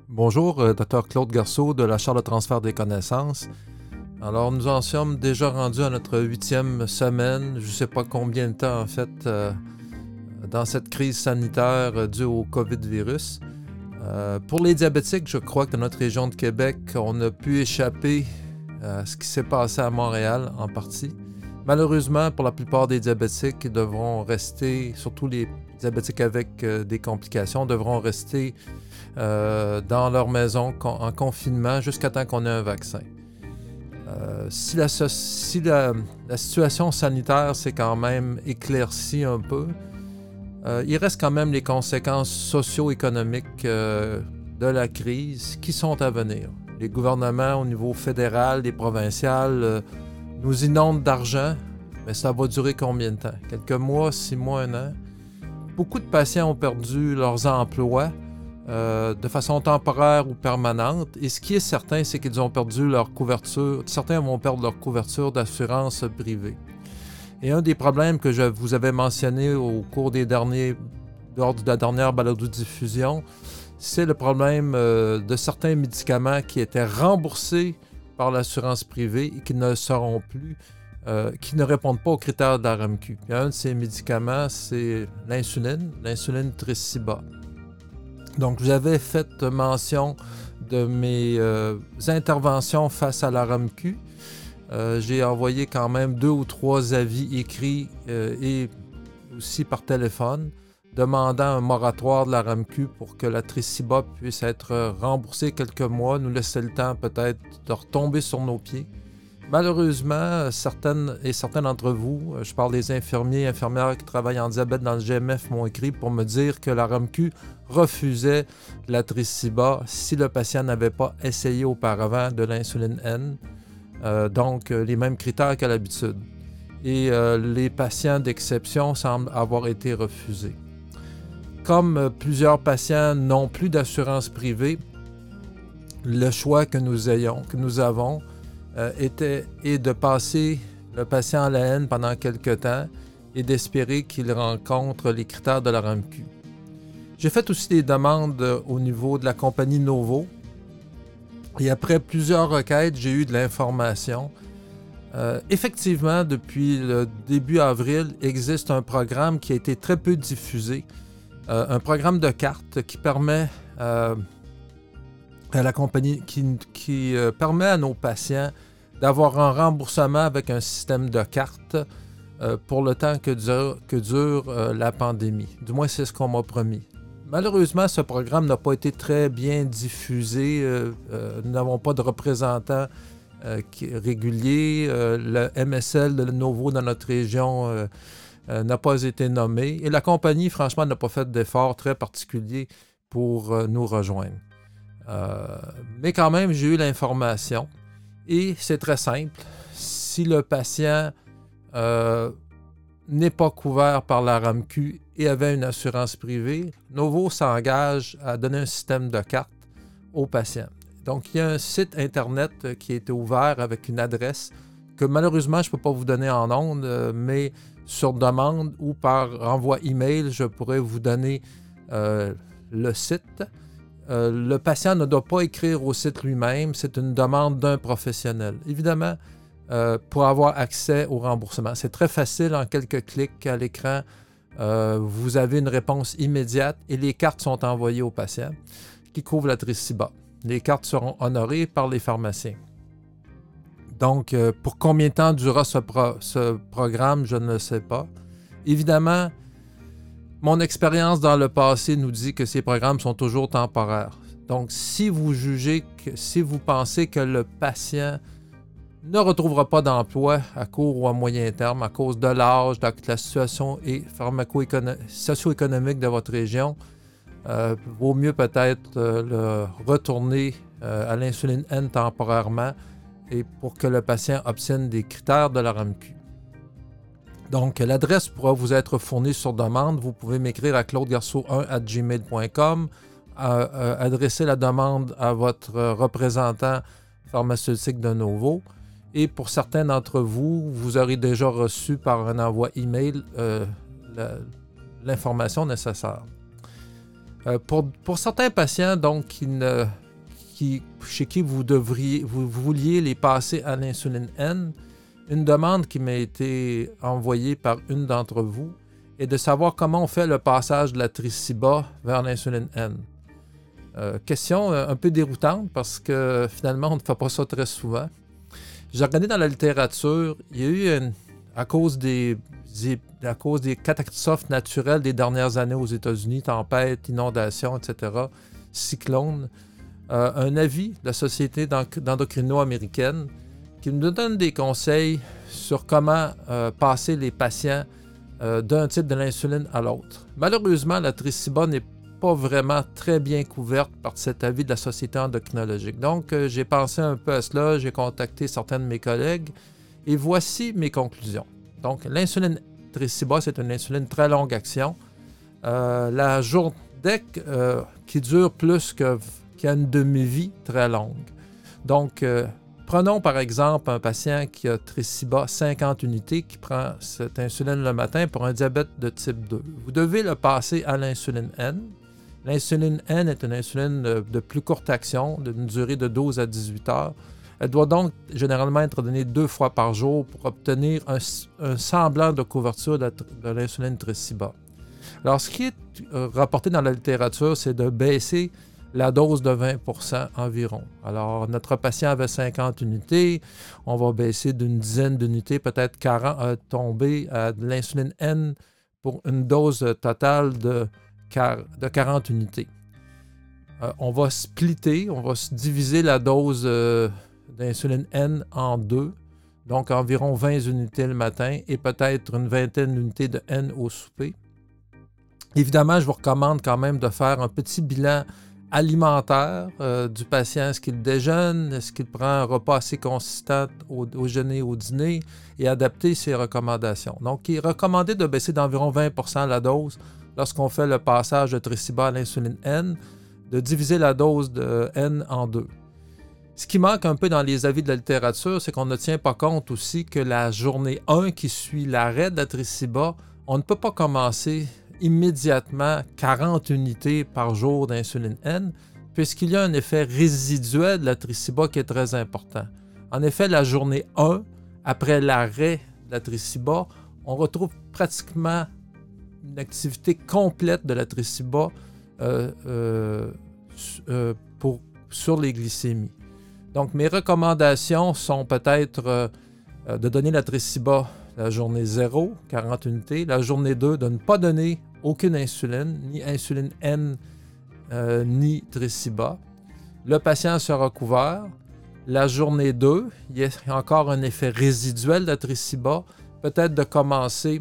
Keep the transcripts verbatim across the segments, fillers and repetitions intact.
Bonjour, euh, Dr Claude Garceau de la Chaire de transfert des connaissances. Alors, nous en sommes déjà rendus à notre huitième semaine, je ne sais pas combien de temps en fait, euh, dans cette crise sanitaire euh, due au COVID-virus. Euh, pour les diabétiques, je crois que dans notre région de Québec, on a pu échapper à ce qui s'est passé à Montréal en partie. Malheureusement, pour la plupart des diabétiques, ils devront rester, surtout les diabétiques avec euh, des complications, devront rester euh, dans leur maison con- en confinement jusqu'à temps qu'on ait un vaccin. Euh, si la, so- si la, la situation sanitaire s'est quand même éclaircie un peu, euh, il reste quand même les conséquences socio-économiques euh, de la crise qui sont à venir. Les gouvernements au niveau fédéral et provincial euh, nous inondent d'argent, mais ça va durer combien de temps? Quelques mois, six mois, un an? Beaucoup de patients ont perdu leurs emplois euh, de façon temporaire ou permanente. Et ce qui est certain, c'est qu'ils ont perdu leur couverture. Certains vont perdre leur couverture d'assurance privée. Et un des problèmes que je vous avais mentionné au cours des derniers, lors de la dernière balado-diffusion, c'est le problème euh, de certains médicaments qui étaient remboursés par l'assurance privée et qui ne le seront plus, euh, qui ne répondent pas aux critères de la R A M Q. Et un de ces médicaments, c'est l'insuline, l'insuline Tresiba. Donc, j'avais fait mention de mes euh, interventions face à la R A M Q. Euh, j'ai envoyé quand même deux ou trois avis écrits euh, et aussi par téléphone demandant un moratoire de la R A M Q pour que la Tresiba puisse être remboursée quelques mois, nous laisser le temps peut-être de retomber sur nos pieds. Malheureusement, certaines et certains d'entre vous, je parle des infirmiers et infirmières qui travaillent en diabète dans le G M F, m'ont écrit pour me dire que la R A M Q refusait la Tresiba si le patient n'avait pas essayé auparavant de l'insuline N, euh, donc euh, les mêmes critères qu'à l'habitude. Et euh, les patients d'exception semblent avoir été refusés. Comme euh, plusieurs patients n'ont plus d'assurance privée, le choix que nous, ayons, que nous avons euh, était est de passer le patient à la N pendant quelques temps et d'espérer qu'il rencontre les critères de la R A M Q. J'ai fait aussi des demandes au niveau de la compagnie Novo et après plusieurs requêtes, j'ai eu de l'information. Euh, effectivement, depuis le début avril, existe un programme qui a été très peu diffusé, euh, un programme de carte qui permet euh, à la compagnie, qui, qui euh, permet à nos patients d'avoir un remboursement avec un système de carte euh, pour le temps que dure, que dure euh, la pandémie. Du moins, c'est ce qu'on m'a promis. Malheureusement, ce programme n'a pas été très bien diffusé. Euh, euh, nous n'avons pas de représentants euh, qui, réguliers. Euh, le M S L de Novo dans notre région euh, euh, n'a pas été nommé. Et la compagnie, franchement, n'a pas fait d'efforts très particuliers pour euh, nous rejoindre. Euh, mais quand même, j'ai eu l'information. Et c'est très simple. Si le patient euh, n'est pas couvert par la R A M Q et avait une assurance privée, Novo s'engage à donner un système de carte aux patients. Donc, il y a un site Internet qui a été ouvert avec une adresse que malheureusement, je ne peux pas vous donner en ondes, mais sur demande ou par envoi email, je pourrais vous donner euh, le site. Euh, le patient ne doit pas écrire au site lui-même, c'est une demande d'un professionnel. Évidemment, euh, pour avoir accès au remboursement, c'est très facile, en quelques clics à l'écran, euh, vous avez une réponse immédiate et les cartes sont envoyées au patient qui couvrent la Tresiba. Les cartes seront honorées par les pharmaciens. Donc, euh, pour combien de temps durera ce, pro- ce programme, je ne le sais pas. Évidemment, mon expérience dans le passé nous dit que ces programmes sont toujours temporaires. Donc, si vous jugez, que, si vous pensez que le patient ne retrouvera pas d'emploi à court ou à moyen terme à cause de l'âge, de la situation et socio-économique de votre région, euh, vaut mieux peut-être euh, le retourner euh, à l'insuline N temporairement et pour que le patient obtienne des critères de la R A M Q. Donc, l'adresse pourra vous être fournie sur demande. Vous pouvez m'écrire à claude garceau un arobase gmail point com, euh, euh, adresser la demande à votre représentant pharmaceutique de Novo. Et pour certains d'entre vous, vous aurez déjà reçu par un envoi email euh, la, l'information nécessaire. Euh, pour, pour certains patients, donc, qui ne, qui, chez qui vous, devriez, vous, vous vouliez les passer à l'insuline N, une demande qui m'a été envoyée par une d'entre vous est de savoir comment on fait le passage de la Tresiba vers l'insuline N. Euh, question un peu déroutante parce que finalement, on ne fait pas ça très souvent. J'ai regardé dans la littérature, il y a eu, une, à, cause des, à cause des catastrophes naturelles des dernières années aux États-Unis, tempêtes, inondations, et cetera, cyclones, euh, un avis de la Société d'endocrino américaine qui nous donne des conseils sur comment euh, passer les patients euh, d'un type de l'insuline à l'autre. Malheureusement, la Tresiba n'est pas vraiment très bien couverte par cet avis de la Société endocrinologique. Donc, euh, j'ai pensé un peu à cela, j'ai contacté certains de mes collègues et voici mes conclusions. Donc, l'insuline Tresiba, c'est une insuline très longue action. Euh, la journée euh, qui dure plus que, qu'une demi-vie très longue. Donc, euh, prenons par exemple un patient qui a Tresiba cinquante unités, qui prend cette insuline le matin pour un diabète de type deux. Vous devez le passer à l'insuline N. L'insuline N est une insuline de plus courte action, d'une durée de douze à dix-huit heures. Elle doit donc généralement être donnée deux fois par jour pour obtenir un, un semblant de couverture de, de l'insuline Tresiba. Alors, ce qui est rapporté dans la littérature, c'est de baisser la dose de vingt pour cent environ. Alors, notre patient avait cinquante unités, on va baisser d'une dizaine d'unités, peut-être quarante, euh, tomber à de l'insuline N pour une dose totale de, de quarante unités. Euh, on va splitter, on va diviser la dose euh, d'insuline N en deux, donc environ vingt unités le matin et peut-être une vingtaine d'unités de N au souper. Évidemment, je vous recommande quand même de faire un petit bilan alimentaire euh, du patient. Est-ce qu'il déjeune? Est-ce qu'il prend un repas assez consistant au, au déjeuner et au dîner? Et adapter ses recommandations. Donc, il est recommandé de baisser d'environ vingt pour cent la dose lorsqu'on fait le passage de Tresiba à l'insuline N, de diviser la dose de N en deux. Ce qui manque un peu dans les avis de la littérature, c'est qu'on ne tient pas compte aussi que la journée un qui suit l'arrêt de la Tresiba, on ne peut pas commencer immédiatement quarante unités par jour d'insuline N, puisqu'il y a un effet résiduel de la Tresiba qui est très important. En effet, la journée un, après l'arrêt de la Tresiba, on retrouve pratiquement une activité complète de la Tresiba euh, euh, euh, pour, sur les glycémies. Donc, mes recommandations sont peut-être euh, de donner la Tresiba la journée zéro, quarante unités. La journée deux, de ne pas donner aucune insuline, ni insuline N, euh, ni Tresiba. Le patient sera couvert. La journée deux, il y a encore un effet résiduel de la Tresiba. Peut-être de commencer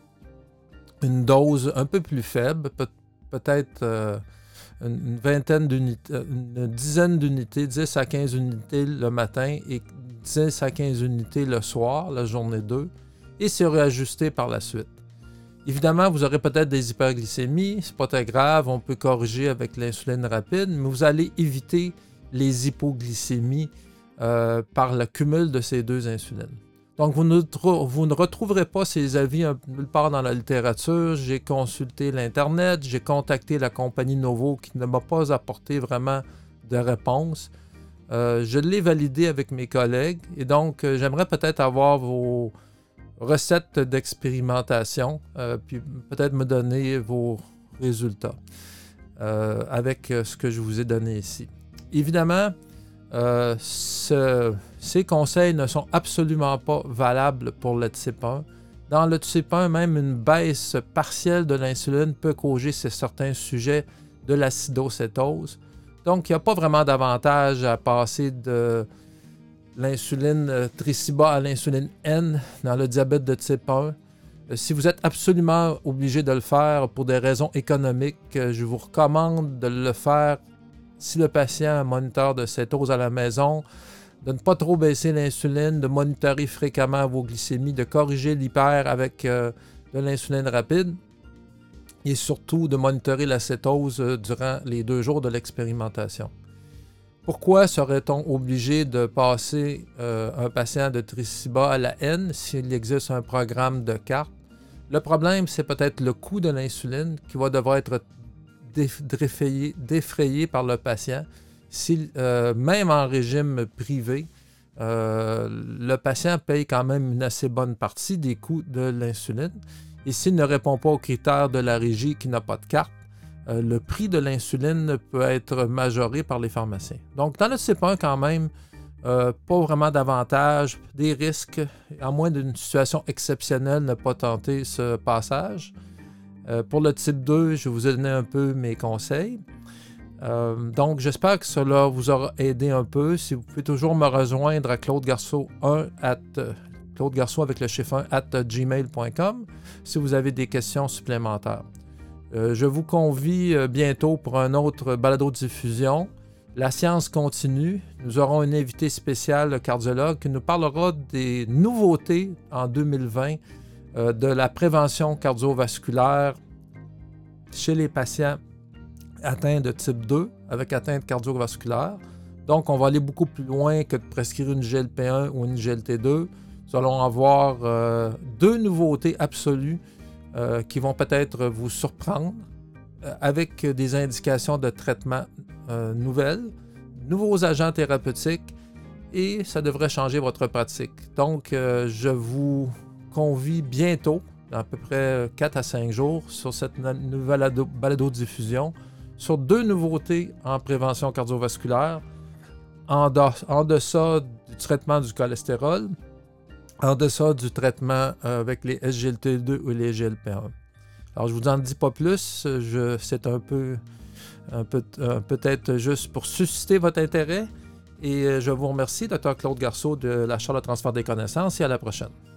une dose un peu plus faible, peut- peut-être euh, une vingtaine d'unités, une dizaine d'unités, dix à quinze unités le matin et dix à quinze unités le soir, la journée deux, et se réajuster par la suite. Évidemment, vous aurez peut-être des hyperglycémies, c'est pas très grave, on peut corriger avec l'insuline rapide, mais vous allez éviter les hypoglycémies euh, par le cumul de ces deux insulines. Donc, vous ne, vous ne retrouverez pas ces avis nulle part dans la littérature. J'ai consulté l'Internet, j'ai contacté la compagnie Novo qui ne m'a pas apporté vraiment de réponse. Euh, je l'ai validé avec mes collègues et donc, euh, j'aimerais peut-être avoir vos recettes d'expérimentation, euh, puis peut-être me donner vos résultats euh, avec ce que je vous ai donné ici. Évidemment, euh, ce, ces conseils ne sont absolument pas valables pour le type un. Dans le type un, même une baisse partielle de l'insuline peut causer sur certains sujets de l'acidocétose. Donc, il n'y a pas vraiment d'avantage à passer de l'insuline euh, Tresiba à l'insuline N dans le diabète de type un. Euh, si vous êtes absolument obligé de le faire pour des raisons économiques, euh, je vous recommande de le faire si le patient a un moniteur de cétose à la maison, de ne pas trop baisser l'insuline, de monitorer fréquemment vos glycémies, de corriger l'hyper avec euh, de l'insuline rapide et surtout de monitorer la cétose euh, durant les deux jours de l'expérimentation. Pourquoi serait-on obligé de passer euh, un patient de Tresiba à la N s'il existe un programme de carte? Le problème, c'est peut-être le coût de l'insuline qui va devoir être défrayé, défrayé par le patient. Si, euh, même en régime privé, euh, le patient paye quand même une assez bonne partie des coûts de l'insuline. Et s'il ne répond pas aux critères de la régie qui n'a pas de carte, euh, le prix de l'insuline peut être majoré par les pharmaciens. Donc, dans le type un, quand même, euh, pas vraiment d'avantages, des risques, à moins d'une situation exceptionnelle, ne pas tenter ce passage. Euh, pour le type deux, je vous ai donné un peu mes conseils. Euh, donc, j'espère que cela vous aura aidé un peu. Si vous pouvez toujours me rejoindre à Claude Garceau un at Claude Garceau avec le chiffre un at gmail point com si vous avez des questions supplémentaires. Euh, je vous convie euh, bientôt pour un autre balado-diffusion. La science continue. Nous aurons un invité spécial, le cardiologue, qui nous parlera des nouveautés en deux mille vingt euh, de la prévention cardiovasculaire chez les patients atteints de type deux avec atteinte cardiovasculaire. Donc, on va aller beaucoup plus loin que de prescrire une G L P un ou une G L T deux. Nous allons avoir euh, deux nouveautés absolues euh, qui vont peut-être vous surprendre euh, avec des indications de traitement euh, nouvelles, nouveaux agents thérapeutiques et ça devrait changer votre pratique. Donc, euh, je vous convie bientôt, à peu près quatre à cinq jours, sur cette nouvelle balado-diffusion, sur deux nouveautés en prévention cardiovasculaire, en, de, en deçà du traitement du cholestérol, en deçà du traitement avec les S G L T deux ou les G L P un. Alors, je ne vous en dis pas plus, je, c'est un peu, un peu un, peut-être juste pour susciter votre intérêt, et je vous remercie, docteur Claude Garceau de la Chaire de transfert des connaissances, et à la prochaine.